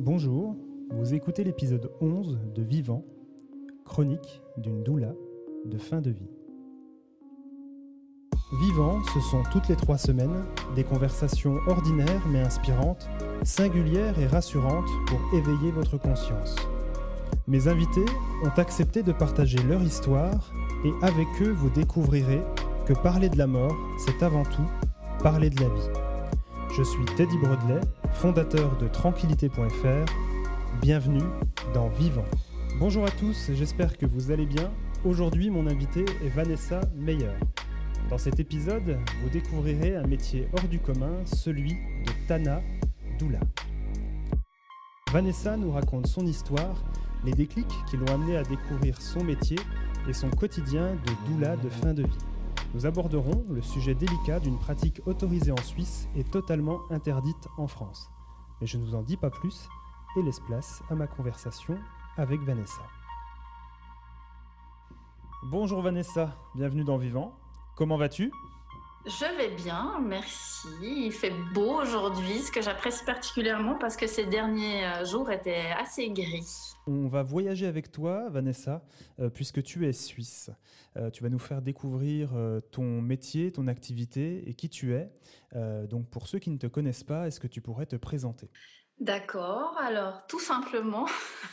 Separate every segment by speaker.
Speaker 1: Bonjour, vous écoutez l'épisode 11 de Vivant, chronique d'une doula de fin de vie. Vivant, ce sont toutes les 3 semaines des conversations ordinaires mais inspirantes, singulières et rassurantes pour éveiller votre conscience. Mes invités ont accepté de partager leur histoire et avec eux vous découvrirez que parler de la mort, c'est avant tout parler de la vie. Je suis Teddy Brodley, fondateur de tranquillité.fr. Bienvenue dans Vivant. Bonjour à tous, j'espère que vous allez bien. Aujourd'hui, mon invitée est Vanessa Meyer. Dans cet épisode, vous découvrirez un métier hors du commun, celui de Tana Doula. Vanessa nous raconte son histoire, les déclics qui l'ont amenée à découvrir son métier et son quotidien de doula de fin de vie. Nous aborderons le sujet délicat d'une pratique autorisée en Suisse et totalement interdite en France. Mais je ne vous en dis pas plus et laisse place à ma conversation avec Vanessa. Bonjour Vanessa, bienvenue dans Vivant. Comment vas-tu ?
Speaker 2: Je vais bien, merci. Il fait beau aujourd'hui, ce que j'apprécie particulièrement parce que ces derniers jours étaient assez gris.
Speaker 1: On va voyager avec toi, Vanessa, puisque tu es suisse. Tu vas nous faire découvrir ton métier, ton activité et qui tu es. Donc pour ceux qui ne te connaissent pas, est-ce que tu pourrais te présenter ?
Speaker 2: D'accord, alors tout simplement,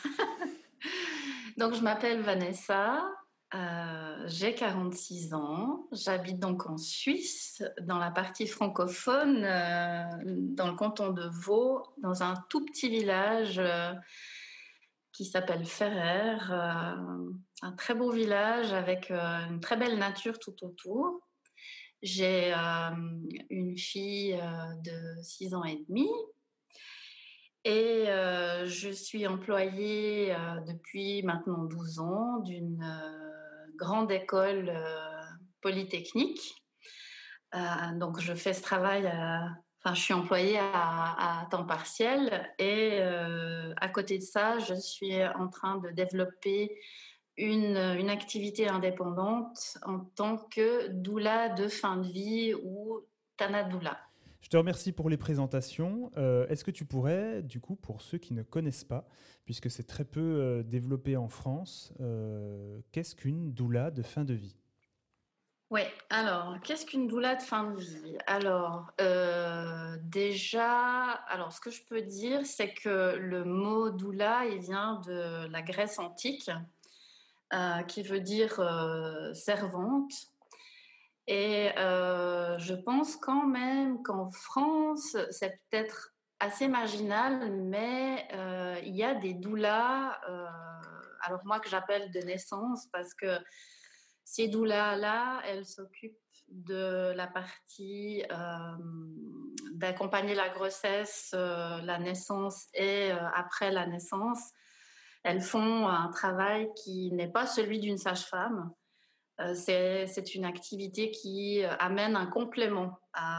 Speaker 2: donc je m'appelle Vanessa, j'ai 46 ans, j'habite donc en Suisse, dans la partie francophone, dans le canton de Vaud, dans un tout petit village qui s'appelle Ferrer, un très beau village avec une très belle nature tout autour. J'ai une fille de 6 ans et demi et je suis employée depuis maintenant 12 ans d'une grande école polytechnique. Donc je fais ce travail je suis employée à temps partiel et à côté de ça, je suis en train de développer une activité indépendante en tant que doula de fin de vie ou Tana Doula.
Speaker 1: Je te remercie pour les présentations. Est-ce que tu pourrais, du coup, pour ceux qui ne connaissent pas, puisque c'est très peu développé en France, qu'est-ce qu'une doula de fin de vie ?
Speaker 2: Oui, alors, qu'est-ce qu'une doula de fin de vie ? Alors, ce que je peux dire, c'est que le mot doula, il vient de la Grèce antique, qui veut dire servante. Et je pense quand même qu'en France, c'est peut-être assez marginal, mais il y a des doulas, alors moi que j'appelle de naissance, parce que ces doulas-là, elles s'occupent de la partie d'accompagner la grossesse, la naissance et après la naissance. Elles font un travail qui n'est pas celui d'une sage-femme. C'est une activité qui amène un complément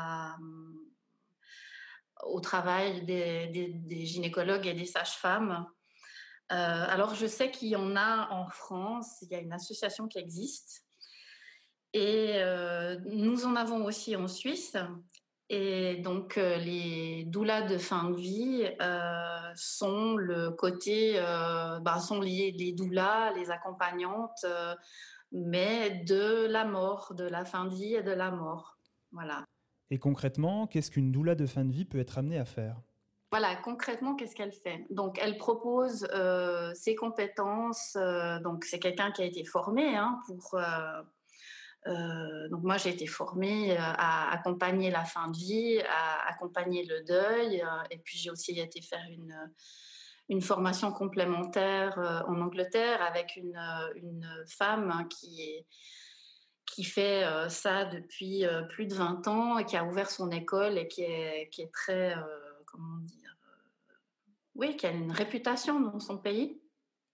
Speaker 2: au travail des gynécologues et des sages-femmes. Alors, je sais qu'il y en a en France, il y a une association qui existe. Et nous en avons aussi en Suisse. Et donc, les doulas de fin de vie sont le côté, sont les doulas, les accompagnantes, mais de la mort, de la fin de vie et de la mort. Voilà.
Speaker 1: Et concrètement, qu'est-ce qu'une doula de fin de vie peut être amenée à faire ?
Speaker 2: Voilà, concrètement, qu'est-ce qu'elle fait ? Donc, elle propose ses compétences. Donc, c'est quelqu'un qui a été formé pour... donc moi, j'ai été formée à accompagner la fin de vie, à accompagner le deuil. Et puis, j'ai aussi été faire une formation complémentaire en Angleterre avec une femme qui fait ça depuis plus de 20 ans et qui a ouvert son école et qui est très, comment dire, qui a une réputation dans son pays.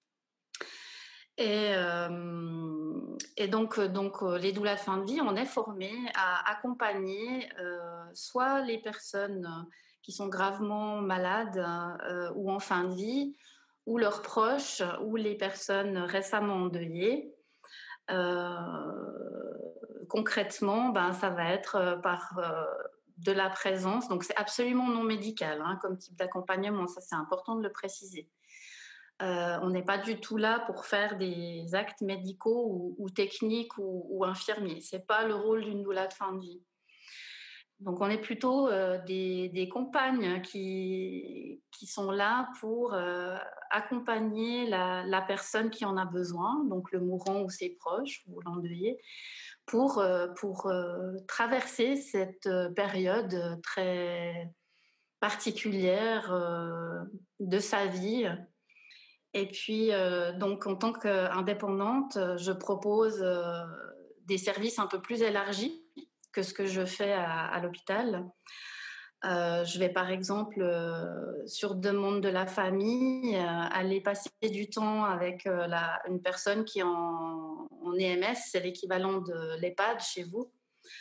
Speaker 2: Et donc, les doulas de fin de vie, on est formés à accompagner soit les personnes qui sont gravement malades ou en fin de vie, ou leurs proches, ou les personnes récemment endeuillées. Concrètement, ça va être par de la présence. Donc, c'est absolument non médical comme type d'accompagnement. Ça, c'est important de le préciser. On n'est pas du tout là pour faire des actes médicaux ou techniques ou infirmiers. C'est pas le rôle d'une doula de fin de vie. Donc, on est plutôt des compagnes qui sont là pour accompagner la personne qui en a besoin, donc le mourant ou ses proches ou l'endeuillé, pour traverser cette période très particulière de sa vie. Et puis, donc, en tant qu'indépendante, je propose des services un peu plus élargis que ce que je fais à l'hôpital. Je vais par exemple, sur demande de la famille, aller passer du temps avec une personne qui est en EMS, c'est l'équivalent de l'EHPAD chez vous,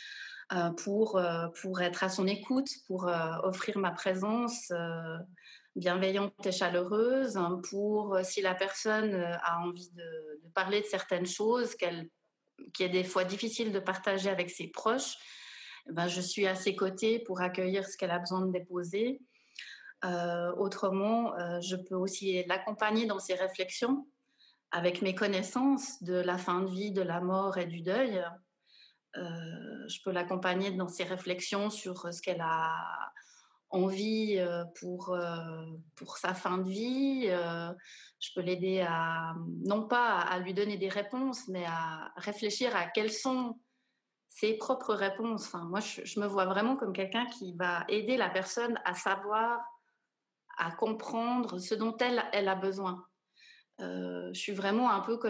Speaker 2: pour être à son écoute, pour offrir ma présence bienveillante et chaleureuse, pour si la personne a envie de parler de certaines choses qui est des fois difficile de partager avec ses proches, je suis à ses côtés pour accueillir ce qu'elle a besoin de déposer. Autrement, je peux aussi l'accompagner dans ses réflexions avec mes connaissances de la fin de vie, de la mort et du deuil. Je peux l'accompagner dans ses réflexions sur ce qu'elle a envie pour sa fin de vie. Je peux l'aider non pas à lui donner des réponses, mais à réfléchir à quelles sont ses propres réponses. Enfin, moi, je me vois vraiment comme quelqu'un qui va aider la personne à savoir, à comprendre ce dont elle a besoin. Je suis vraiment un peu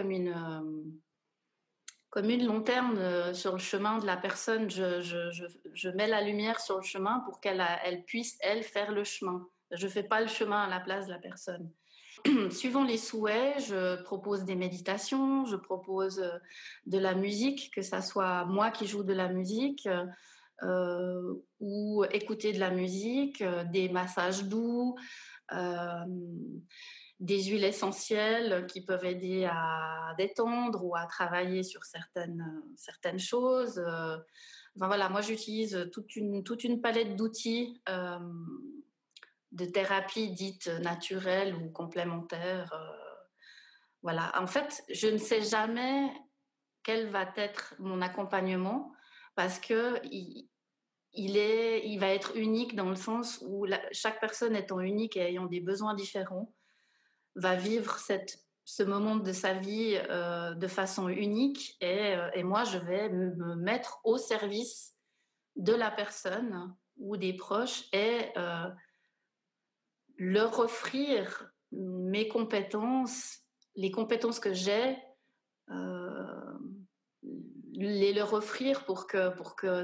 Speaker 2: comme une lanterne sur le chemin de la personne. Je mets la lumière sur le chemin pour qu'elle puisse, elle, faire le chemin. Je ne fais pas le chemin à la place de la personne. Suivant les souhaits, je propose des méditations, je propose de la musique, que ça soit moi qui joue de la musique ou écouter de la musique, des massages doux, euh, des huiles essentielles qui peuvent aider à détendre ou à travailler sur certaines choses. Voilà, moi j'utilise toute une palette d'outils de thérapie dite naturelle ou complémentaire. Voilà. En fait, je ne sais jamais quel va être mon accompagnement parce que il va être unique dans le sens où chaque personne étant unique et ayant des besoins différents va vivre ce moment de sa vie de façon unique et moi, je vais me mettre au service de la personne ou des proches et leur offrir mes compétences, les compétences que j'ai, leur offrir pour que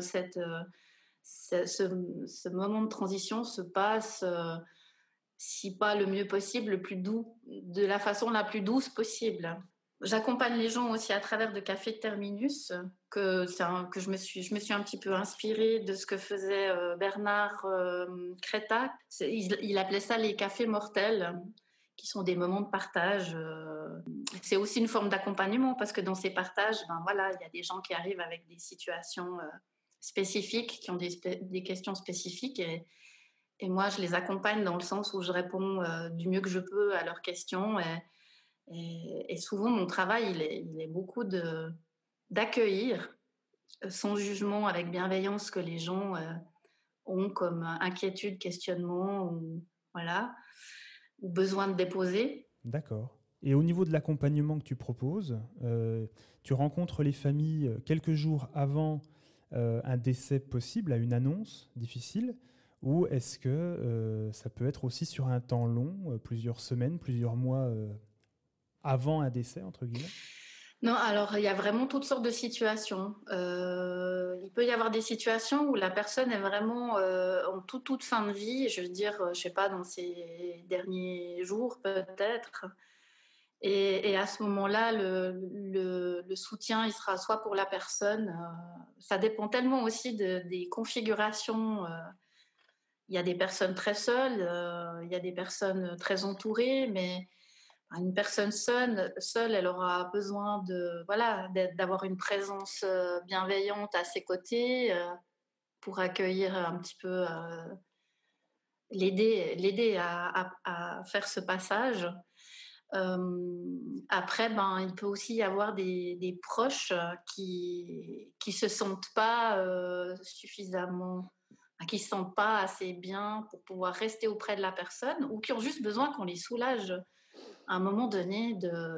Speaker 2: ce moment de transition se passe, si pas le mieux possible, le plus doux, de la façon la plus douce possible. J'accompagne les gens aussi à travers de Café de Terminus, que je me suis un petit peu inspirée de ce que faisait Bernard Crétac. Il appelait ça les cafés mortels, qui sont des moments de partage. C'est aussi une forme d'accompagnement parce que dans ces partages, voilà, il y a des gens qui arrivent avec des situations spécifiques, qui ont des questions spécifiques et moi, je les accompagne dans le sens où je réponds du mieux que je peux à leurs questions et souvent, mon travail, il est beaucoup d'accueillir sans jugement, avec bienveillance, que les gens ont comme inquiétude, questionnement voilà, ou besoin de déposer.
Speaker 1: D'accord. Et au niveau de l'accompagnement que tu proposes, tu rencontres les familles quelques jours avant un décès possible, à une annonce difficile, ou est-ce que ça peut être aussi sur un temps long, plusieurs semaines, plusieurs mois avant un décès, entre guillemets?
Speaker 2: Non, alors il y a vraiment toutes sortes de situations. Il peut y avoir des situations où la personne est vraiment en toute fin de vie, je veux dire, je sais pas, dans ses derniers jours peut-être. Et à ce moment-là, le soutien, il sera soit pour la personne, ça dépend tellement aussi des configurations. Il y a des personnes très seules, il y a des personnes très entourées, mais une personne seule, elle aura besoin d'avoir une présence bienveillante à ses côtés pour accueillir un petit peu, l'aider à faire ce passage. Après, ben, il peut aussi y avoir des proches qui se sentent pas suffisamment, enfin, qui se sentent pas assez bien pour pouvoir rester auprès de la personne, ou qui ont juste besoin qu'on les soulage à un moment donné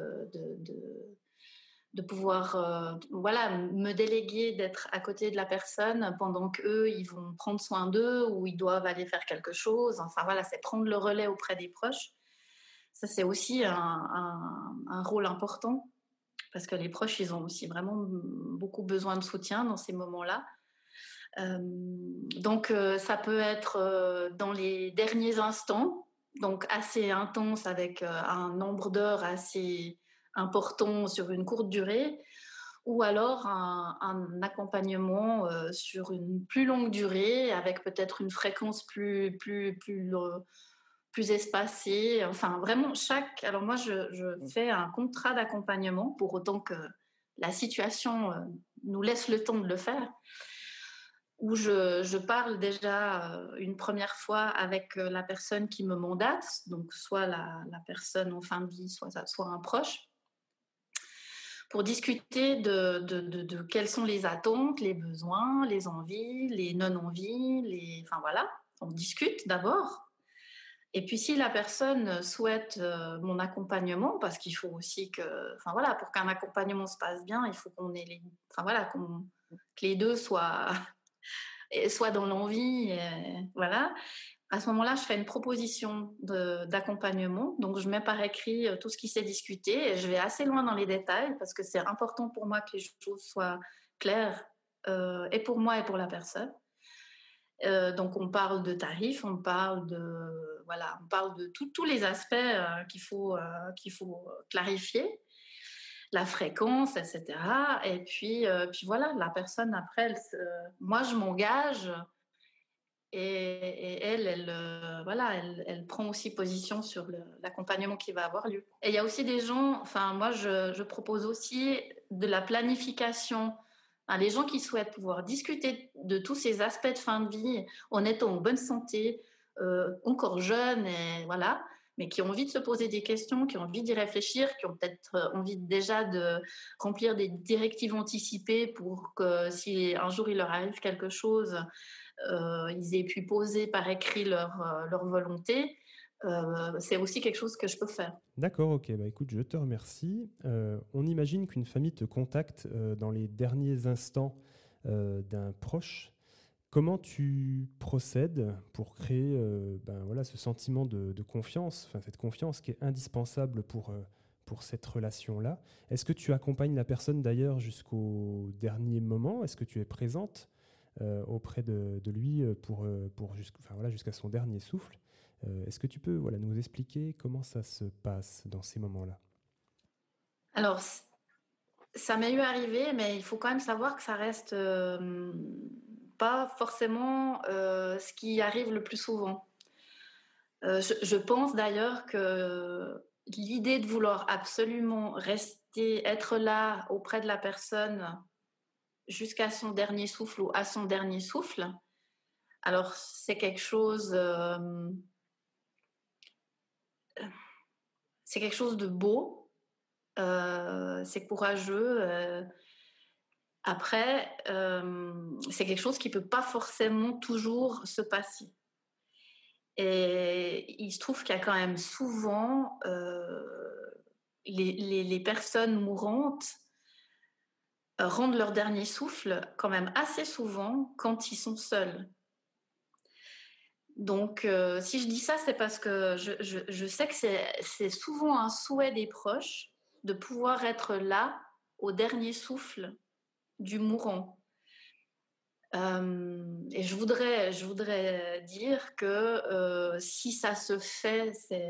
Speaker 2: de pouvoir voilà, me déléguer d'être à côté de la personne pendant qu'eux, ils vont prendre soin d'eux ou ils doivent aller faire quelque chose. Enfin voilà, c'est prendre le relais auprès des proches. Ça, c'est aussi un rôle important parce que les proches, ils ont aussi vraiment beaucoup besoin de soutien dans ces moments-là. Donc, ça peut être dans les derniers instants, donc assez intense avec un nombre d'heures assez important sur une courte durée, ou alors un accompagnement sur une plus longue durée avec peut-être une fréquence plus espacée. Enfin, vraiment, alors moi, je fais un contrat d'accompagnement pour autant que la situation nous laisse le temps de le faire, où je parle déjà une première fois avec la personne qui me mandate, donc soit la personne en fin de vie, soit un proche, pour discuter de quelles sont les attentes, les besoins, les envies, les non-envies, enfin voilà, on discute d'abord. Et puis si la personne souhaite mon accompagnement, parce qu'il faut aussi enfin voilà, pour qu'un accompagnement se passe bien, il faut qu'on ait enfin voilà, que les deux soient dans l'envie, voilà. À ce moment-là, je fais une proposition d'accompagnement. Donc, je mets par écrit tout ce qui s'est discuté et je vais assez loin dans les détails parce que c'est important pour moi que les choses soient claires et pour moi et pour la personne. Donc, on parle de tarifs, on parle de tous les aspects qu'il faut clarifier, la fréquence, etc. Et puis voilà, la personne après, moi je m'engage. Et elle, voilà, elle prend aussi position sur l'accompagnement qui va avoir lieu. Et il y a aussi des gens, enfin moi je propose aussi de la planification. Enfin, les gens qui souhaitent pouvoir discuter de tous ces aspects de fin de vie en étant en bonne santé, encore jeunes, et voilà, mais qui ont envie de se poser des questions, qui ont envie d'y réfléchir, qui ont peut-être envie déjà de remplir des directives anticipées pour que si un jour il leur arrive quelque chose, ils aient pu poser par écrit leur volonté, c'est aussi quelque chose que je peux faire.
Speaker 1: D'accord, ok. Bah, écoute, je te remercie. On imagine qu'une famille te contacte dans les derniers instants d'un proche. Comment tu procèdes pour créer voilà, ce sentiment de confiance, enfin, cette confiance qui est indispensable pour cette relation-là? Est-ce que tu accompagnes la personne d'ailleurs jusqu'au dernier moment? Est-ce que tu es présente auprès de lui voilà, jusqu'à son dernier souffle? Est-ce que tu peux voilà, nous expliquer comment ça se passe dans ces moments-là?
Speaker 2: Alors, ça m'est eu arrivé, mais il faut quand même savoir que ça reste pas forcément ce qui arrive le plus souvent. Je pense d'ailleurs que l'idée de vouloir absolument rester, être là auprès de la personne jusqu'à son dernier souffle ou à son dernier souffle, alors c'est quelque chose de beau, c'est courageux. Après, c'est quelque chose qui peut pas forcément toujours se passer. Et il se trouve qu'il y a quand même souvent les personnes mourantes rendent leur dernier souffle quand même assez souvent quand ils sont seuls. Donc, si je dis ça, c'est parce que je sais que c'est souvent un souhait des proches de pouvoir être là au dernier souffle du mourant. Et je voudrais dire que si ça se fait,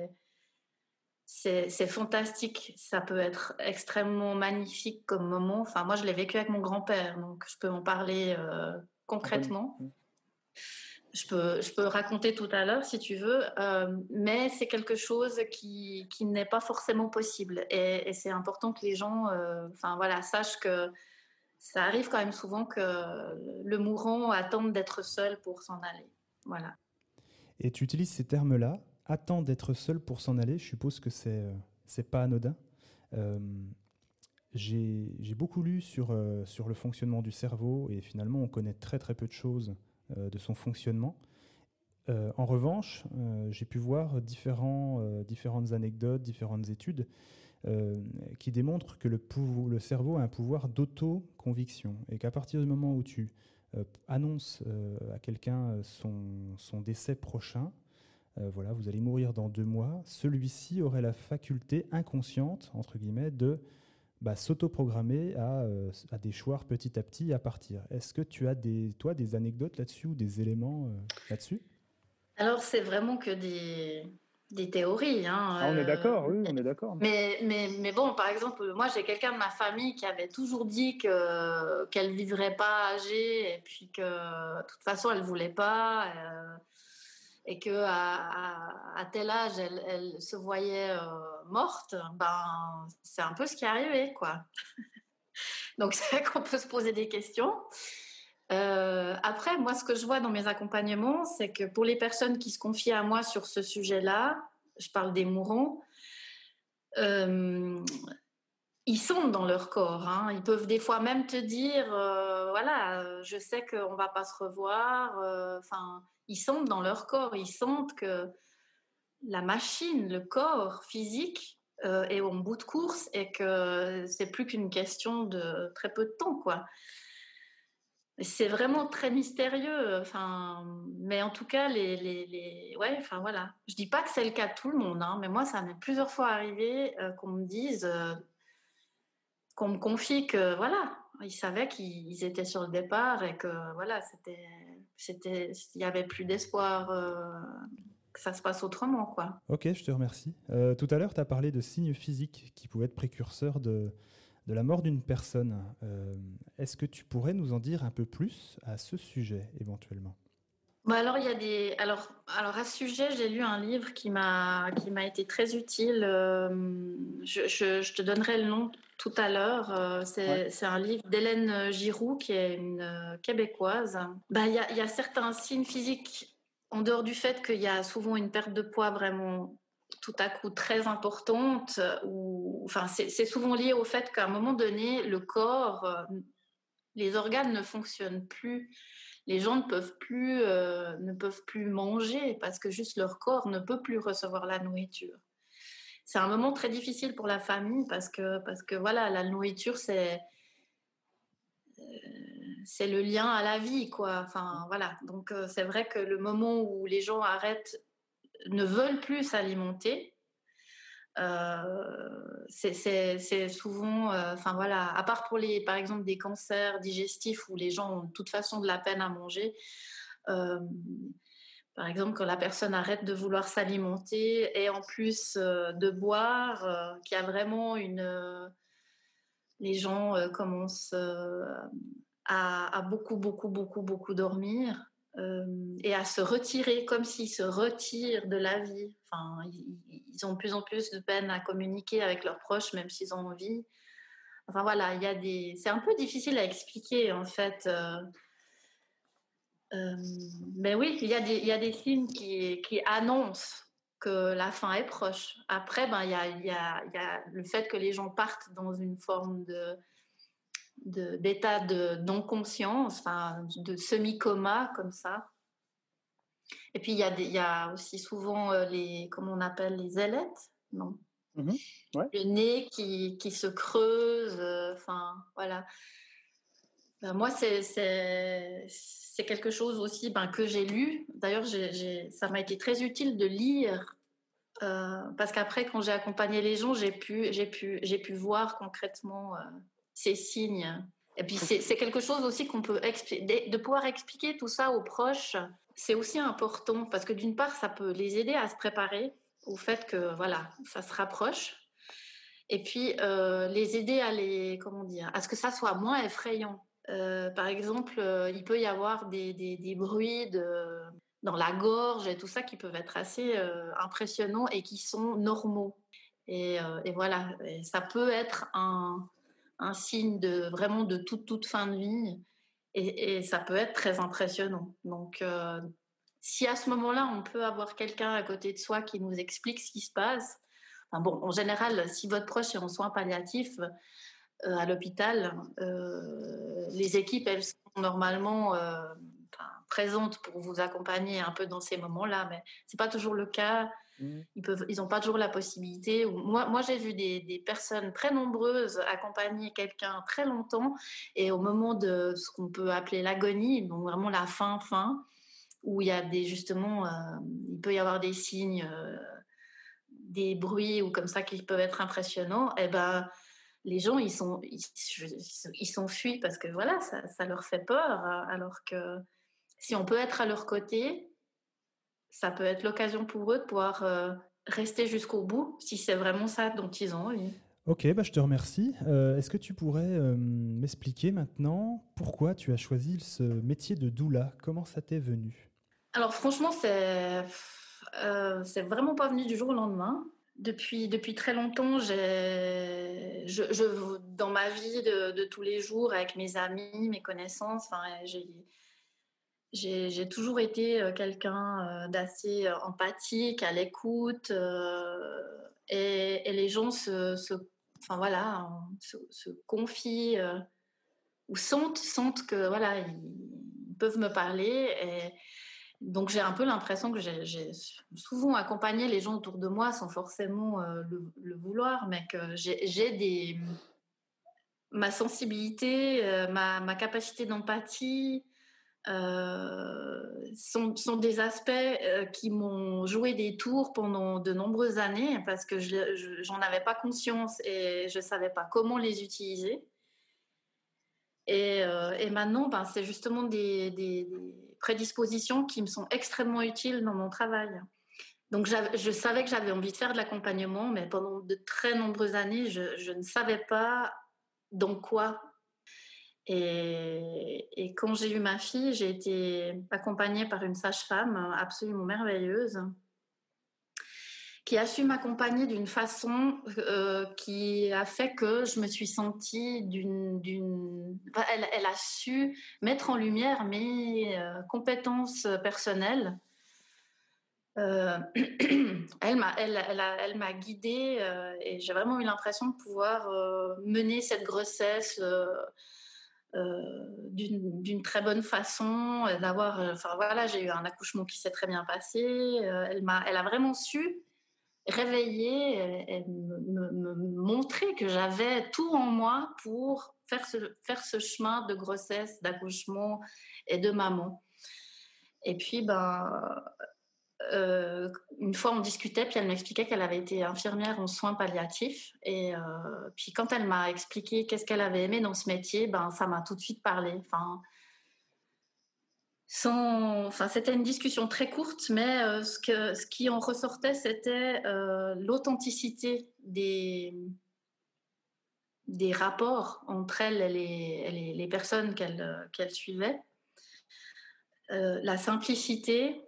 Speaker 2: c'est fantastique. Ça peut être extrêmement magnifique comme moment. Enfin, moi, je l'ai vécu avec mon grand-père, donc je peux en parler concrètement. Je peux raconter tout à l'heure si tu veux, mais c'est quelque chose qui n'est pas forcément possible. Et c'est important que les gens, enfin voilà, sachent que ça arrive quand même souvent que le mourant attende d'être seul pour s'en aller. Voilà.
Speaker 1: Et tu utilises ces termes-là, attend d'être seul pour s'en aller. Je suppose que c'est pas anodin. Euh, j'ai beaucoup lu sur le fonctionnement du cerveau et finalement on connaît très très peu de choses de son fonctionnement. En revanche, j'ai pu voir différentes anecdotes, différentes études euh, qui démontrent que le cerveau a un pouvoir d'auto-conviction et qu'à partir du moment où tu annonces à quelqu'un son décès prochain, voilà, vous allez mourir dans 2 mois, celui-ci aurait la faculté inconsciente, entre guillemets, de s'autoprogrammer à déchoir petit à petit à partir. Est-ce que tu as toi, des anecdotes là-dessus ou des éléments là-dessus?
Speaker 2: Alors, c'est vraiment que des théories, hein,
Speaker 3: Ah, on est d'accord, oui, on est d'accord.
Speaker 2: mais bon, par exemple, moi, j'ai quelqu'un de ma famille qui avait toujours dit qu'elle vivrait pas âgée et puis que, de toute façon, elle voulait pas, et que à tel âge, elle se voyait morte. Ben, c'est un peu ce qui est arrivé, quoi. Donc, c'est vrai qu'on peut se poser des questions. Après, moi, ce que je vois dans mes accompagnements, c'est que pour les personnes qui se confient à moi sur ce sujet-là, je parle des mourants, euh, ils sont dans leur corps, hein. Ils peuvent des fois même te dire, voilà, je sais qu'on va pas se revoir. Enfin, ils sentent dans leur corps, ils sentent que la machine, le corps physique est en bout de course et que c'est plus qu'une question de très peu de temps, quoi. C'est vraiment très mystérieux. Enfin, mais en tout cas, ouais, enfin voilà. Je dis pas que c'est le cas de tout le monde, hein, mais moi, ça m'est plusieurs fois arrivé qu'on me dise, qu'on me confie que voilà, ils savaient qu'ils étaient sur le départ et que voilà, il y avait plus d'espoir que ça se passe autrement, quoi.
Speaker 1: Ok, je te remercie. Tout à l'heure, tu as parlé de signes physiques qui pouvaient être précurseurs de la mort d'une personne. Est-ce que tu pourrais nous en dire un peu plus à ce sujet, éventuellement?
Speaker 2: Bah alors il y a alors à ce sujet j'ai lu un livre qui m'a été très utile. Je te donnerai le nom tout à l'heure.
Speaker 3: Ouais.
Speaker 2: C'est un livre d'Hélène Giroux qui est une québécoise. Bah il y a certains signes physiques en dehors du fait qu'il y a souvent une perte de poids vraiment tout à coup très importante, ou enfin c'est souvent lié au fait qu'à un moment donné le corps, les organes ne fonctionnent plus. Les gens ne peuvent plus manger parce que juste leur corps ne peut plus recevoir la nourriture. C'est un moment très difficile pour la famille parce que voilà, la nourriture c'est le lien à la vie, quoi. Enfin voilà, donc c'est vrai que le moment où les gens ne veulent plus s'alimenter, c'est souvent, enfin voilà, à part par exemple des cancers digestifs où les gens ont de toute façon de la peine à manger. Euh, Par exemple, quand la personne arrête de vouloir s'alimenter et en plus de boire, qu'il y a vraiment les gens commencent à beaucoup, beaucoup, beaucoup, beaucoup dormir et à se retirer comme s'ils se retirent de la vie. Enfin, ils ont de plus en plus de peine à communiquer avec leurs proches, même s'ils ont envie. Enfin voilà, c'est un peu difficile à expliquer en fait. Mais oui, il y a des signes qui annoncent que la fin est proche. Après, ben, il y a le fait que les gens partent dans une forme d'état de non-conscience, enfin, de semi-coma, comme ça. Et puis, il y a aussi souvent comment on appelle les ailettes, non?
Speaker 3: Ouais.
Speaker 2: Le nez qui se creuse, enfin, voilà. Ben, moi, c'est quelque chose aussi que j'ai lu. D'ailleurs, ça m'a été très utile de lire parce qu'après, quand j'ai accompagné les gens, j'ai pu voir concrètement ces signes. Et puis, c'est quelque chose aussi qu'on peut de pouvoir expliquer tout ça aux proches. C'est aussi important parce que d'une part, ça peut les aider à se préparer au fait que voilà, ça se rapproche. Et puis, les aider comment dire, à ce que ça soit moins effrayant. Par exemple, il peut y avoir des bruits dans la gorge et tout ça qui peuvent être assez impressionnants et qui sont normaux. Et voilà, et ça peut être un signe vraiment de toute fin de vie et ça peut être très impressionnant. Donc, si à ce moment-là, on peut avoir quelqu'un à côté de soi qui nous explique ce qui se passe, enfin bon, en général, si votre proche est en soins palliatifs à l'hôpital, les équipes, elles sont normalement présentes pour vous accompagner un peu dans ces moments-là, mais c'est pas toujours le cas.
Speaker 3: Mmh.
Speaker 2: Ils n'ont pas toujours la possibilité. Moi, j'ai vu des personnes très nombreuses accompagner quelqu'un très longtemps et au moment de ce qu'on peut appeler l'agonie, donc vraiment la fin, où il y a justement, il peut y avoir des signes, des bruits ou comme ça qui peuvent être impressionnants, et ben, les gens, ils s'enfuient parce que voilà, ça leur fait peur, alors que si on peut être à leur côté, ça peut être l'occasion pour eux de pouvoir rester jusqu'au bout, si c'est vraiment ça dont ils ont envie.
Speaker 1: Ok, bah je te remercie. Est-ce que tu pourrais m'expliquer maintenant pourquoi tu as choisi ce métier de doula? Comment ça t'est venu?
Speaker 2: Alors franchement, c'est vraiment pas venu du jour au lendemain. Depuis très longtemps, dans ma vie de tous les jours, avec mes amis, mes connaissances, j'ai toujours été quelqu'un d'assez empathique, à l'écoute, et les gens enfin voilà, se confient ou sentent que voilà, ils peuvent me parler. Et donc j'ai un peu l'impression que j'ai souvent accompagné les gens autour de moi sans forcément le vouloir, mais que ma sensibilité, ma capacité d'empathie sont des aspects qui m'ont joué des tours pendant de nombreuses années parce que j'en avais pas conscience et je savais pas comment les utiliser. Et maintenant, ben, c'est justement des prédispositions qui me sont extrêmement utiles dans mon travail. Donc, je savais que j'avais envie de faire de l'accompagnement, mais pendant de très nombreuses années, je ne savais pas dans quoi. Et quand j'ai eu ma fille, j'ai été accompagnée par une sage-femme absolument merveilleuse qui a su m'accompagner d'une façon qui a fait que je me suis sentie elle a su mettre en lumière mes compétences personnelles. Elle m'a guidée et j'ai vraiment eu l'impression de pouvoir mener cette grossesse d'une très bonne façon, enfin voilà, j'ai eu un accouchement qui s'est très bien passé. Elle a vraiment su réveiller et me montrer que j'avais tout en moi pour faire ce chemin de grossesse, d'accouchement et de maman. Et puis, une fois on discutait, puis elle m'expliquait qu'elle avait été infirmière en soins palliatifs. Et puis quand elle m'a expliqué qu'est-ce qu'elle avait aimé dans ce métier, ça m'a tout de suite parlé. C'était une discussion très courte, mais ce qui en ressortait, c'était l'authenticité des rapports entre elle et les personnes qu'elle suivait, la simplicité.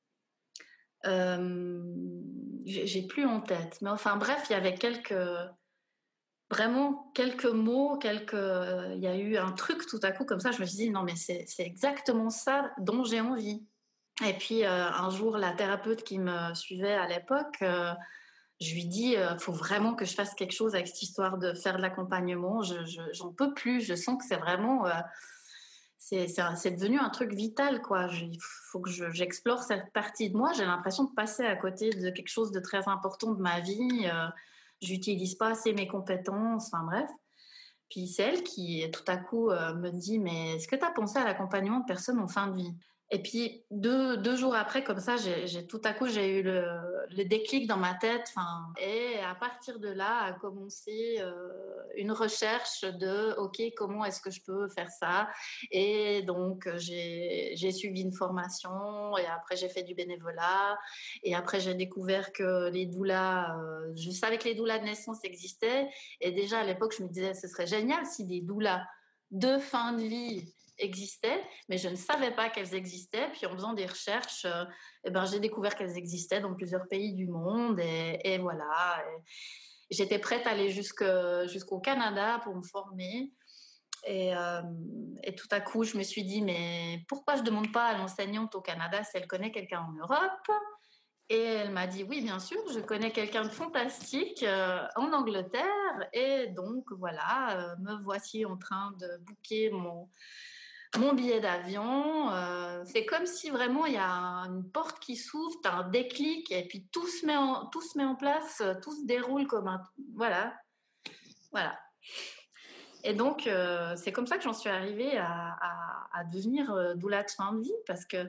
Speaker 2: J'ai plus en tête, mais enfin bref, il y avait vraiment quelques mots, il y a eu un truc tout à coup comme ça. Je me suis dit non, mais c'est exactement ça dont j'ai envie. Et puis un jour, la thérapeute qui me suivait à l'époque, je lui dis faut vraiment que je fasse quelque chose avec cette histoire de faire de l'accompagnement. J'en peux plus. Je sens que c'est vraiment c'est devenu un truc vital, quoi. Il faut que j'explore cette partie de moi. J'ai l'impression de passer à côté de quelque chose de très important de ma vie. J'utilise pas assez mes compétences. Enfin bref. Puis c'est elle qui, tout à coup, me dit mais est-ce que tu as pensé à l'accompagnement de personnes en fin de vie? Et puis deux jours après, comme ça, tout à coup, j'ai eu le déclic dans ma tête. Et à partir de là, a commencé une recherche de OK, comment est-ce que je peux faire ça? Et donc j'ai suivi une formation et après j'ai fait du bénévolat et après j'ai découvert que les doulas, je savais que les doulas de naissance existaient et déjà à l'époque je me disais ce serait génial si des doulas de fin de vie existaient, mais je ne savais pas qu'elles existaient. Puis en faisant des recherches, j'ai découvert qu'elles existaient dans plusieurs pays du monde et voilà. J'étais prête à aller jusqu'au Canada pour me former. Et tout à coup, je me suis dit, mais pourquoi je ne demande pas à l'enseignante au Canada si elle connaît quelqu'un en Europe? Et elle m'a dit, oui, bien sûr, je connais quelqu'un de fantastique en Angleterre. Et donc, voilà, me voici en train de booker mon billet d'avion. C'est comme si vraiment il y a une porte qui s'ouvre, tu as un déclic et puis tout se met en place, tout se déroule comme un... Voilà. Voilà. Et donc, c'est comme ça que j'en suis arrivée à devenir doula de fin de vie, parce que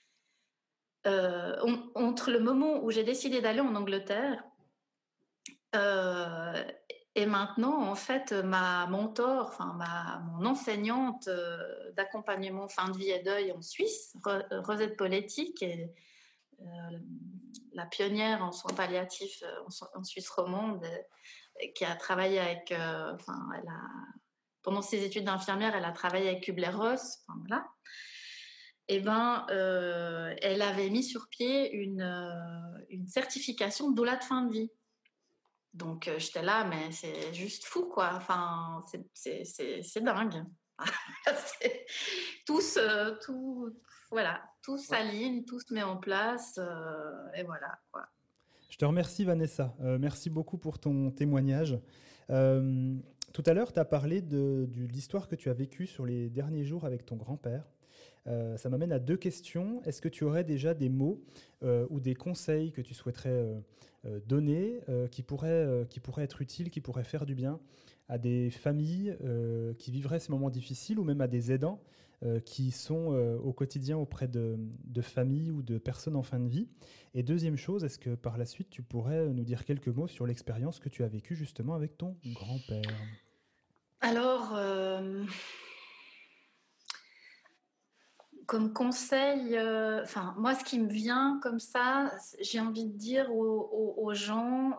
Speaker 2: entre le moment où j'ai décidé d'aller en Angleterre et maintenant, en fait, ma mentor, enfin mon enseignante d'accompagnement fin de vie et deuil en Suisse, Rosette Poletti, qui est la pionnière en soins palliatifs en Suisse romande, qui a travaillé avec... pendant ses études d'infirmière, elle a travaillé avec Kubler-Ross. Enfin, voilà. Et elle avait mis sur pied une certification de doula de fin de vie. Donc, j'étais là, mais c'est juste fou, quoi. Enfin, c'est dingue. Tout s'aligne, tout se met en place, et voilà, quoi.
Speaker 1: Je te remercie, Vanessa. Merci beaucoup pour ton témoignage. Tout à l'heure, tu as parlé de l'histoire que tu as vécue sur les derniers jours avec ton grand-père. Ça m'amène à deux questions. Est-ce que tu aurais déjà des mots ou des conseils que tu souhaiterais donner qui pourraient être utiles, qui pourraient faire du bien à des familles qui vivraient ces moments difficiles, ou même à des aidants qui sont au quotidien auprès de familles ou de personnes en fin de vie? Et deuxième chose, est-ce que par la suite, tu pourrais nous dire quelques mots sur l'expérience que tu as vécue justement avec ton grand-père?
Speaker 2: Alors, comme conseil, moi, ce qui me vient comme ça, j'ai envie de dire aux gens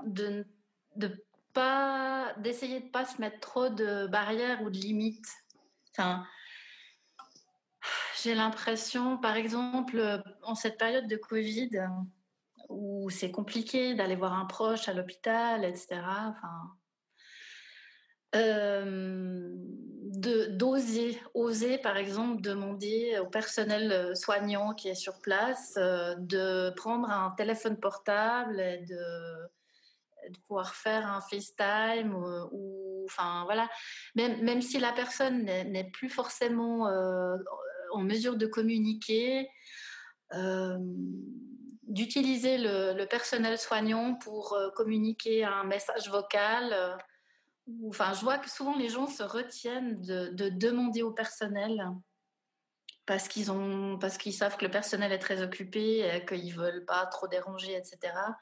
Speaker 2: d'essayer de pas se mettre trop de barrières ou de limites. Enfin, j'ai l'impression, par exemple, en cette période de Covid, où c'est compliqué d'aller voir un proche à l'hôpital, etc. Oser par exemple demander au personnel soignant qui est sur place de prendre un téléphone portable et de pouvoir faire un FaceTime ou enfin voilà, même si la personne n'est plus forcément en mesure de communiquer, d'utiliser le personnel soignant pour communiquer un message vocal. Enfin, je vois que souvent les gens se retiennent de demander au personnel parce qu'ils savent que le personnel est très occupé, et qu'ils veulent pas trop déranger, etc.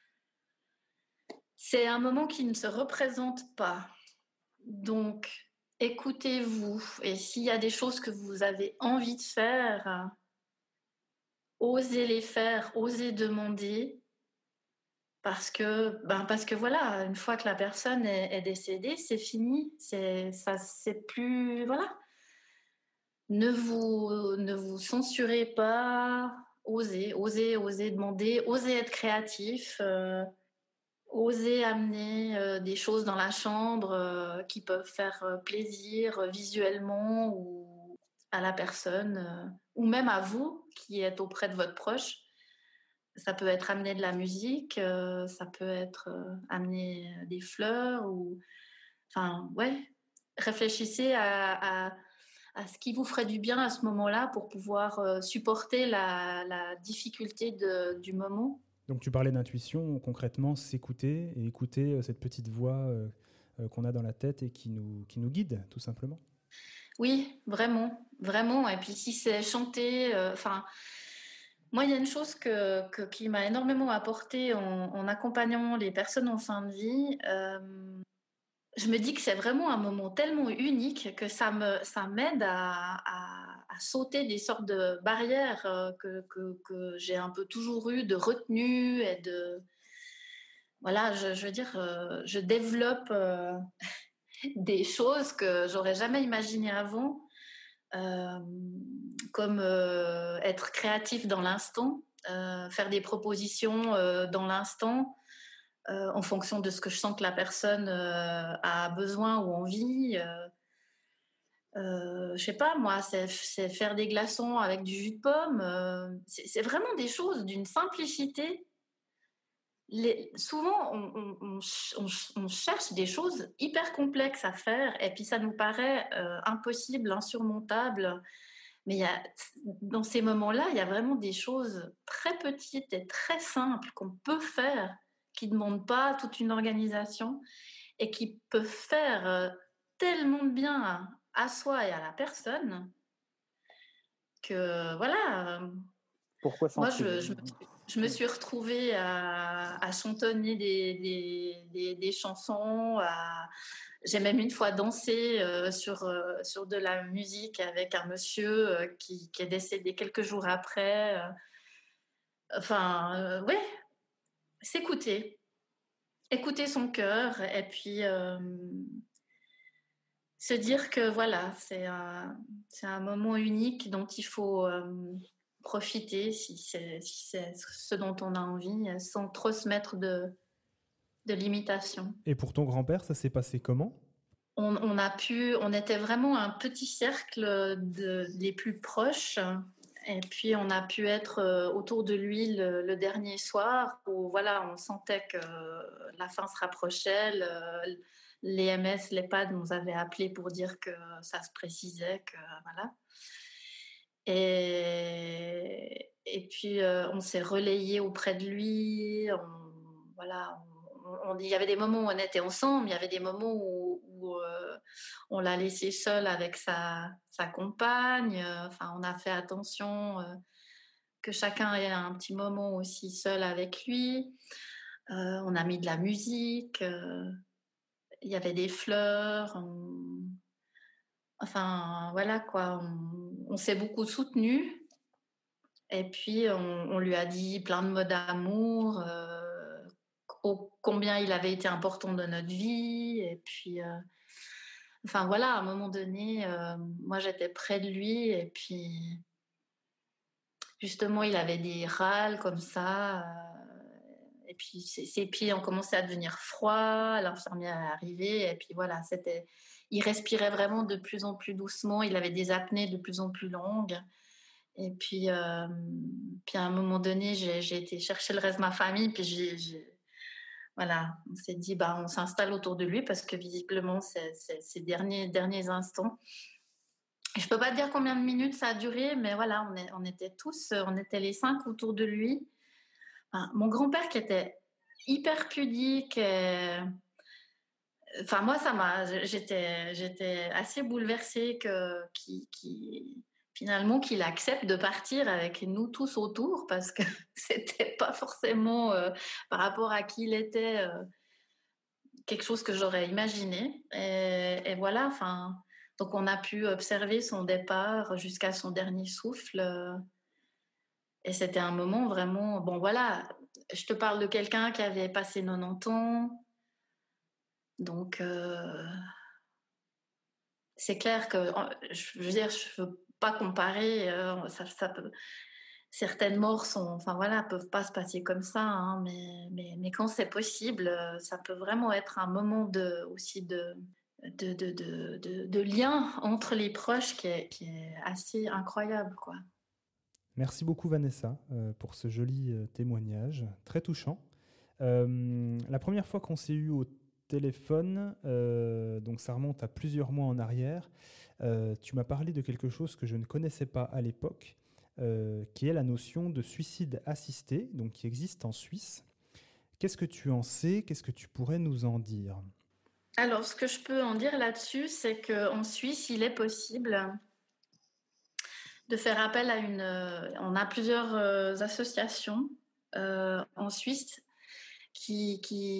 Speaker 2: C'est un moment qui ne se représente pas. Donc, écoutez-vous. Et s'il y a des choses que vous avez envie de faire, osez les faire, osez demander. Parce que voilà, une fois que la personne est décédée, c'est fini. C'est plus... Voilà. Ne vous censurez pas. Osez demander. Osez être créatif. Osez amener des choses dans la chambre qui peuvent faire plaisir visuellement ou à la personne, ou même à vous qui êtes auprès de votre proche. Ça peut être amener de la musique, ça peut être amener des fleurs ou... Enfin, ouais. Réfléchissez à ce qui vous ferait du bien à ce moment-là pour pouvoir supporter la difficulté du moment.
Speaker 1: Donc tu parlais d'intuition, concrètement s'écouter et écouter cette petite voix qu'on a dans la tête et qui nous guide tout simplement.
Speaker 2: Oui, vraiment, vraiment. Et puis si c'est chanter, moi, il y a une chose qui m'a énormément apporté en accompagnant les personnes en fin de vie. Je me dis que c'est vraiment un moment tellement unique que ça m'aide à sauter des sortes de barrières que j'ai un peu toujours eues, de retenue et de... Voilà, je veux dire, je développe des choses que j'aurais jamais imaginées avant. Comme être créatif dans l'instant, faire des propositions dans l'instant, en fonction de ce que je sens que la personne a besoin ou envie. Je sais pas moi, c'est faire des glaçons avec du jus de pomme. C'est vraiment des choses d'une simplicité. Souvent, on cherche des choses hyper complexes à faire et puis ça nous paraît impossible, insurmontable. Mais dans ces moments-là, il y a vraiment des choses très petites et très simples qu'on peut faire, qui ne demandent pas toute une organisation et qui peuvent faire tellement de bien à soi et à la personne que voilà.
Speaker 3: Pourquoi s'en
Speaker 2: Moi,
Speaker 3: priver?
Speaker 2: je me suis retrouvée à chantonner des chansons. J'ai même une fois dansé sur de la musique avec un monsieur qui est décédé quelques jours après. Ouais, s'écouter. Écouter son cœur et puis se dire que voilà, c'est un moment unique dont il faut profiter si c'est ce dont on a envie, sans trop se mettre de limitations.
Speaker 1: Et pour ton grand-père, ça s'est passé comment?
Speaker 2: On était vraiment un petit cercle des plus proches. Et puis, on a pu être autour de lui le dernier soir où, voilà, on sentait que la fin se rapprochait. Les MS, l'EHPAD nous avaient appelés pour dire que ça se précisait, que voilà. Et puis, on s'est relayé auprès de lui. Voilà, il y avait des moments où on était ensemble, il y avait des moments où on l'a laissé seul avec sa compagne. On a fait attention que chacun ait un petit moment aussi seul avec lui. On a mis de la musique, il y avait des fleurs. Voilà quoi, on s'est beaucoup soutenus. Et puis, on lui a dit plein de mots d'amour, combien il avait été important dans notre vie. Et puis, voilà, à un moment donné, moi, j'étais près de lui. Et puis, justement, il avait des râles comme ça. Et puis, ses pieds ont commencé à devenir froids. L'infirmière est arrivée. Et puis, voilà, il respirait vraiment de plus en plus doucement. Il avait des apnées de plus en plus longues. Et puis, à un moment donné, j'ai été chercher le reste de ma famille, puis voilà, on s'est dit, on s'installe autour de lui parce que visiblement, c'est ces derniers instants. Je ne peux pas dire combien de minutes ça a duré, mais voilà, on était les 5 autour de lui. Mon grand-père qui était hyper pudique, moi, j'étais assez bouleversée finalement qu'il accepte de partir avec nous tous autour parce que c'était pas forcément par rapport à qui il était quelque chose que j'aurais imaginé. Et voilà, donc on a pu observer son départ jusqu'à son dernier souffle. Et c'était un moment vraiment... Bon, voilà, je te parle de quelqu'un qui avait passé 90 ans. Donc, c'est clair que, je veux dire, je ne veux pas comparer. Ça peut, certaines morts peuvent pas se passer comme ça, hein, mais quand c'est possible, ça peut vraiment être un moment aussi de lien entre les proches qui est assez incroyable, quoi.
Speaker 1: Merci beaucoup Vanessa pour ce joli témoignage, très touchant. La première fois qu'on s'est eu au téléphone, donc ça remonte à plusieurs mois en arrière, tu m'as parlé de quelque chose que je ne connaissais pas à l'époque, qui est la notion de suicide assisté, donc qui existe en Suisse. Qu'est-ce que tu en sais? Qu'est-ce que tu pourrais nous en dire?
Speaker 2: Alors, ce que je peux en dire là-dessus, c'est qu'en Suisse, il est possible de faire appel à on a plusieurs associations en Suisse qui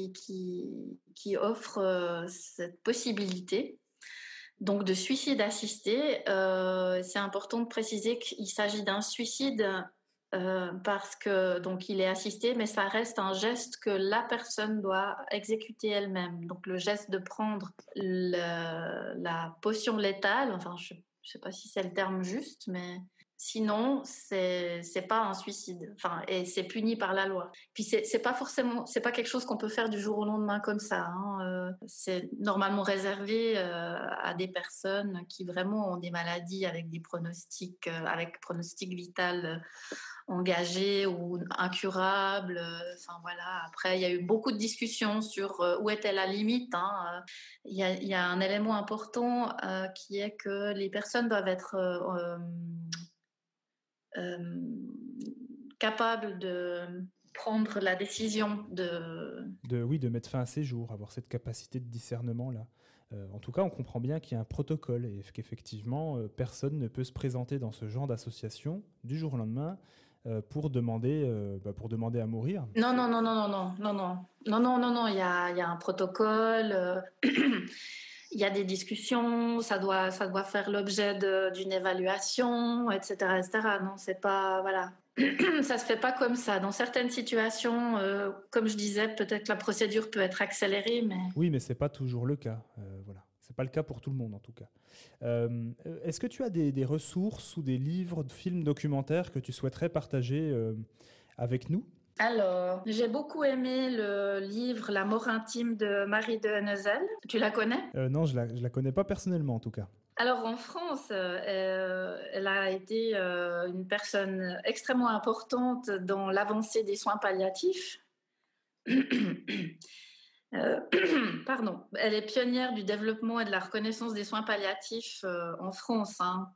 Speaker 2: offrent cette possibilité. Donc, de suicide assisté, c'est important de préciser qu'il s'agit d'un suicide parce que donc il est assisté, mais ça reste un geste que la personne doit exécuter elle-même. Donc, le geste de prendre la potion létale, je ne sais pas si c'est le terme juste, mais Sinon, c'est pas un suicide. Enfin, et c'est puni par la loi. Puis c'est pas forcément, c'est pas quelque chose qu'on peut faire du jour au lendemain comme ça, hein. C'est normalement réservé à des personnes qui vraiment ont des maladies avec des pronostics, avec pronostic vital engagé ou incurable. Enfin voilà. Après, il y a eu beaucoup de discussions sur où était la limite, hein. Il y a un élément important qui est que les personnes doivent être euh, capable de prendre la décision
Speaker 1: Oui, de mettre fin à ces jours, avoir cette capacité de discernement-là. En tout cas, on comprend bien qu'il y a un protocole et qu'effectivement, personne ne peut se présenter dans ce genre d'association du jour au lendemain pour demander à mourir.
Speaker 2: Non, non, non, non, non, non, non, non, non, non, non, non, il y a un protocole, il y a des discussions, ça doit faire l'objet d'une évaluation, etc., etc. Non, c'est pas, voilà. Ça se fait pas comme ça. Dans certaines situations, comme je disais, peut-être que la procédure peut être accélérée, mais
Speaker 1: Oui, mais c'est pas toujours le cas. Voilà. C'est pas le cas pour tout le monde en tout cas. Est-ce que tu as des ressources ou des livres, films, documentaires que tu souhaiterais partager avec nous?
Speaker 2: alors, j'ai beaucoup aimé le livre La mort intime de Marie de Hennezel. Tu la connais?
Speaker 1: Non, je la connais pas personnellement en tout cas.
Speaker 2: Alors en France, elle a été une personne extrêmement importante dans l'avancée des soins palliatifs. Euh, pardon. Elle est pionnière du développement et de la reconnaissance des soins palliatifs en France, hein.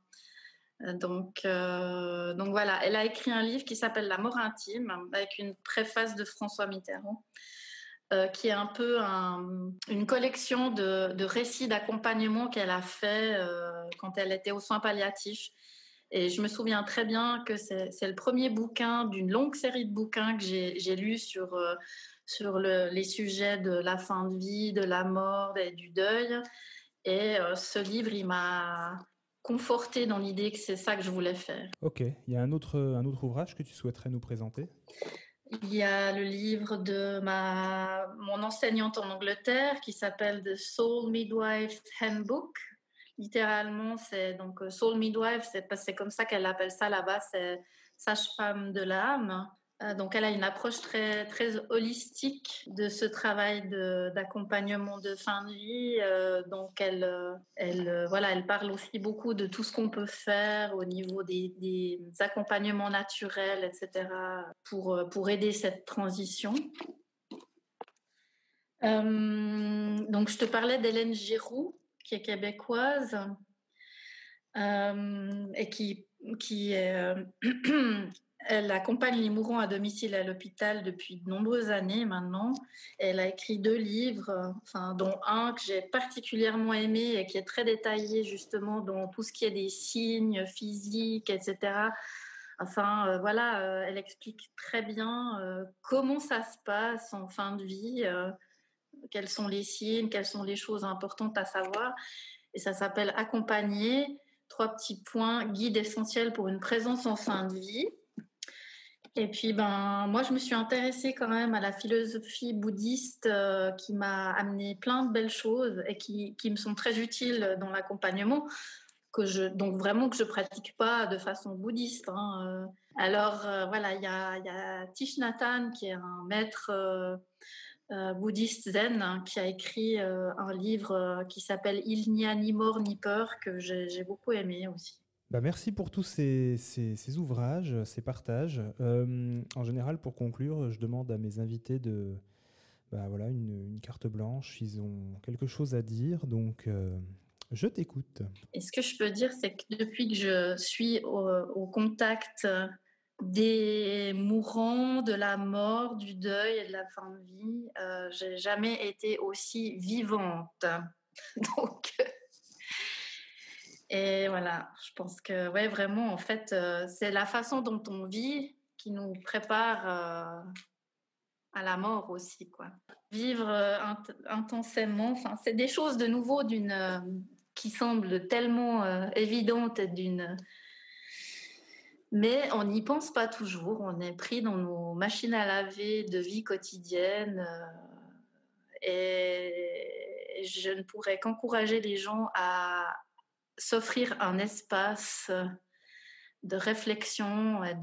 Speaker 2: Donc voilà, elle a écrit un livre qui s'appelle La mort intime, avec une préface de François Mitterrand, qui est un peu une collection de récits d'accompagnement qu'elle a fait quand elle était aux soins palliatifs. Et je me souviens très bien que c'est le premier bouquin d'une longue série de bouquins que j'ai lus sur les sujets de la fin de vie, de la mort et du deuil. Et ce livre, il m'a confortée dans l'idée que c'est ça que je voulais faire.
Speaker 1: Ok, il y a un autre ouvrage que tu souhaiterais nous présenter?
Speaker 2: Il y a le livre de mon enseignante en Angleterre qui s'appelle The Soul Midwife Handbook. Littéralement, c'est donc Soul Midwife, c'est comme ça qu'elle appelle ça là-bas, c'est sage-femme de l'âme. Donc, elle a une approche très, très holistique de ce travail d'accompagnement de fin de vie. Donc, voilà, elle parle aussi beaucoup de tout ce qu'on peut faire au niveau des accompagnements naturels, etc., pour aider cette transition. Donc, je te parlais d'Hélène Giroux, qui est québécoise et qui est elle accompagne les mourants à domicile à l'hôpital depuis de nombreuses années maintenant. Elle a écrit 2 livres, dont un que j'ai particulièrement aimé et qui est très détaillé justement dans tout ce qui est des signes physiques, etc. Voilà, elle explique très bien comment ça se passe en fin de vie, quels sont les signes, quelles sont les choses importantes à savoir. Et ça s'appelle Accompagner, 3 petits points, guide essentiel pour une présence en fin de vie. Et puis, moi, je me suis intéressée quand même à la philosophie bouddhiste qui m'a amené plein de belles choses et qui me sont très utiles dans l'accompagnement, donc vraiment que je pratique pas de façon bouddhiste, hein. Alors, voilà, il y a Thich Nhat Hanh, qui est un maître bouddhiste zen, hein, qui a écrit un livre qui s'appelle Il n'y a ni mort ni peur, que j'ai beaucoup aimé aussi.
Speaker 1: Bah, merci pour tous ces ouvrages, ces partages. En général, pour conclure, je demande à mes invités voilà, une carte blanche. Ils ont quelque chose à dire, donc je t'écoute.
Speaker 2: Et ce que je peux dire, c'est que depuis que je suis au contact des mourants, de la mort, du deuil et de la fin de vie, j'ai jamais été aussi vivante. Donc, et voilà, je pense que ouais, vraiment, en fait, c'est la façon dont on vit qui nous prépare à la mort aussi, quoi. Vivre intensément, c'est des choses de nouveau qui semblent tellement évidentes mais on n'y pense pas toujours. On est pris dans nos machines à laver de vie quotidienne et je ne pourrais qu'encourager les gens à s'offrir un espace réflexion et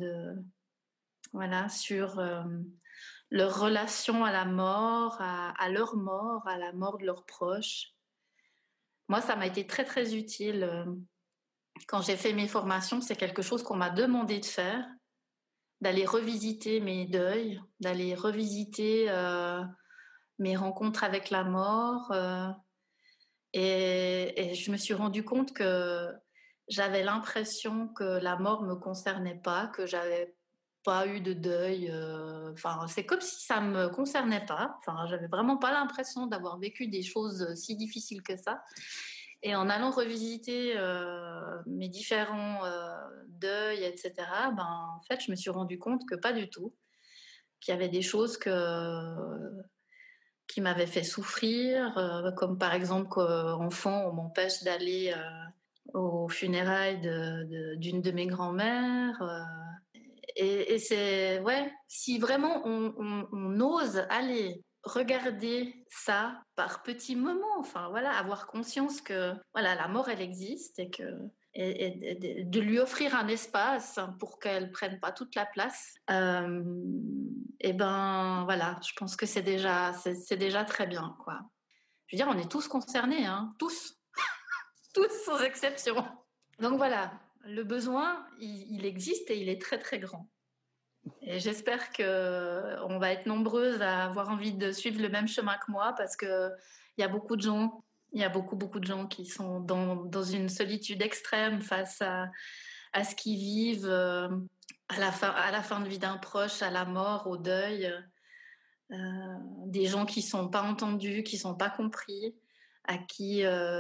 Speaker 2: sur leur relation à la mort, à leur mort, à la mort de leurs proches. Moi, ça m'a été très, très utile. Quand j'ai fait mes formations, c'est quelque chose qu'on m'a demandé de faire, d'aller revisiter mes deuils, d'aller revisiter mes rencontres avec la mort. Et je me suis rendu compte que j'avais l'impression que la mort ne me concernait pas, que j'avais pas eu de deuil. C'est comme si ça me concernait pas. J'avais vraiment pas l'impression d'avoir vécu des choses si difficiles que ça. Et en allant revisiter mes différents deuils, etc., en fait, je me suis rendu compte que pas du tout. Qu'il y avait des choses qui m'avaient fait souffrir, comme par exemple qu'enfant, on m'empêche d'aller aux funérailles d'une de mes grand-mères. Et c'est, si vraiment on ose aller regarder ça par petits moments, avoir conscience que la mort, elle existe et de lui offrir un espace pour qu'elle prenne pas toute la place. Je pense que c'est déjà très bien, quoi. Je veux dire, on est tous concernés, hein, tous, tous sans exception. Donc voilà, le besoin, il existe et il est très très grand. Et j'espère qu'on va être nombreuses à avoir envie de suivre le même chemin que moi, parce qu'il y a beaucoup de gens, beaucoup de gens qui sont dans une solitude extrême face à ce qu'ils vivent à la fin de vie d'un proche, à la mort, au deuil. Des gens qui ne sont pas entendus, qui ne sont pas compris, à qui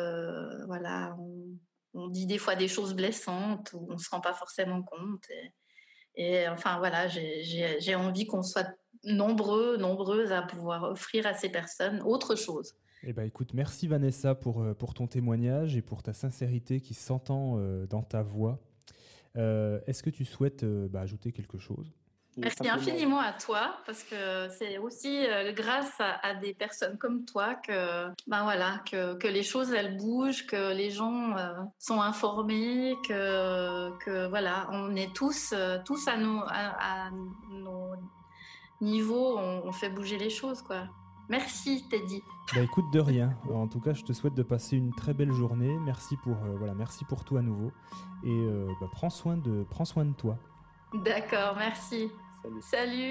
Speaker 2: on dit des fois des choses blessantes où on ne se rend pas forcément compte. J'ai envie qu'on soit nombreuses à pouvoir offrir à ces personnes autre chose.
Speaker 1: Eh ben, écoute, merci Vanessa pour ton témoignage et pour ta sincérité qui s'entend dans ta voix. Est-ce que tu souhaites ajouter quelque chose ?
Speaker 2: Merci infiniment à toi, parce que c'est aussi grâce à des personnes comme toi que les choses elles bougent, que les gens sont informés, on est tous à nos niveaux, on fait bouger les choses, quoi. Merci Teddy.
Speaker 1: Écoute, de rien. En tout cas, je te souhaite de passer une très belle journée. Merci pour tout à nouveau et prends soin de toi.
Speaker 2: D'accord, merci. Salut.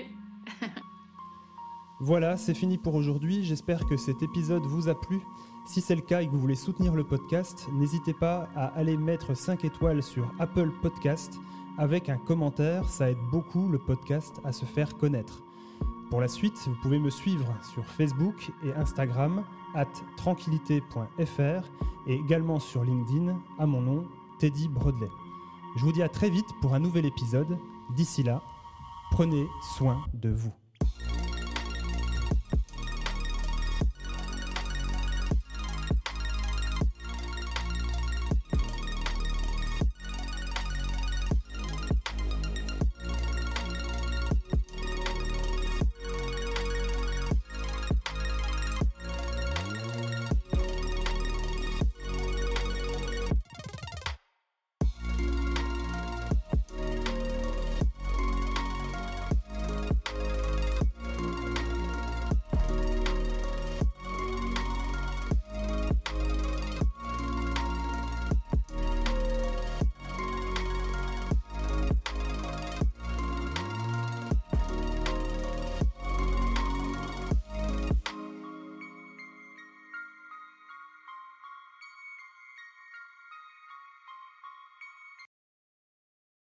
Speaker 1: Voilà, c'est fini pour aujourd'hui. J'espère que cet épisode vous a plu. Si c'est le cas et que vous voulez soutenir le podcast, n'hésitez pas à aller mettre 5 étoiles sur Apple Podcast. Avec un commentaire, ça aide beaucoup le podcast à se faire connaître. Pour la suite, vous pouvez me suivre sur Facebook et Instagram @tranquillité.fr et également sur LinkedIn à mon nom, Teddy Brodley. Je vous dis à très vite pour un nouvel épisode. D'ici là, prenez soin de vous.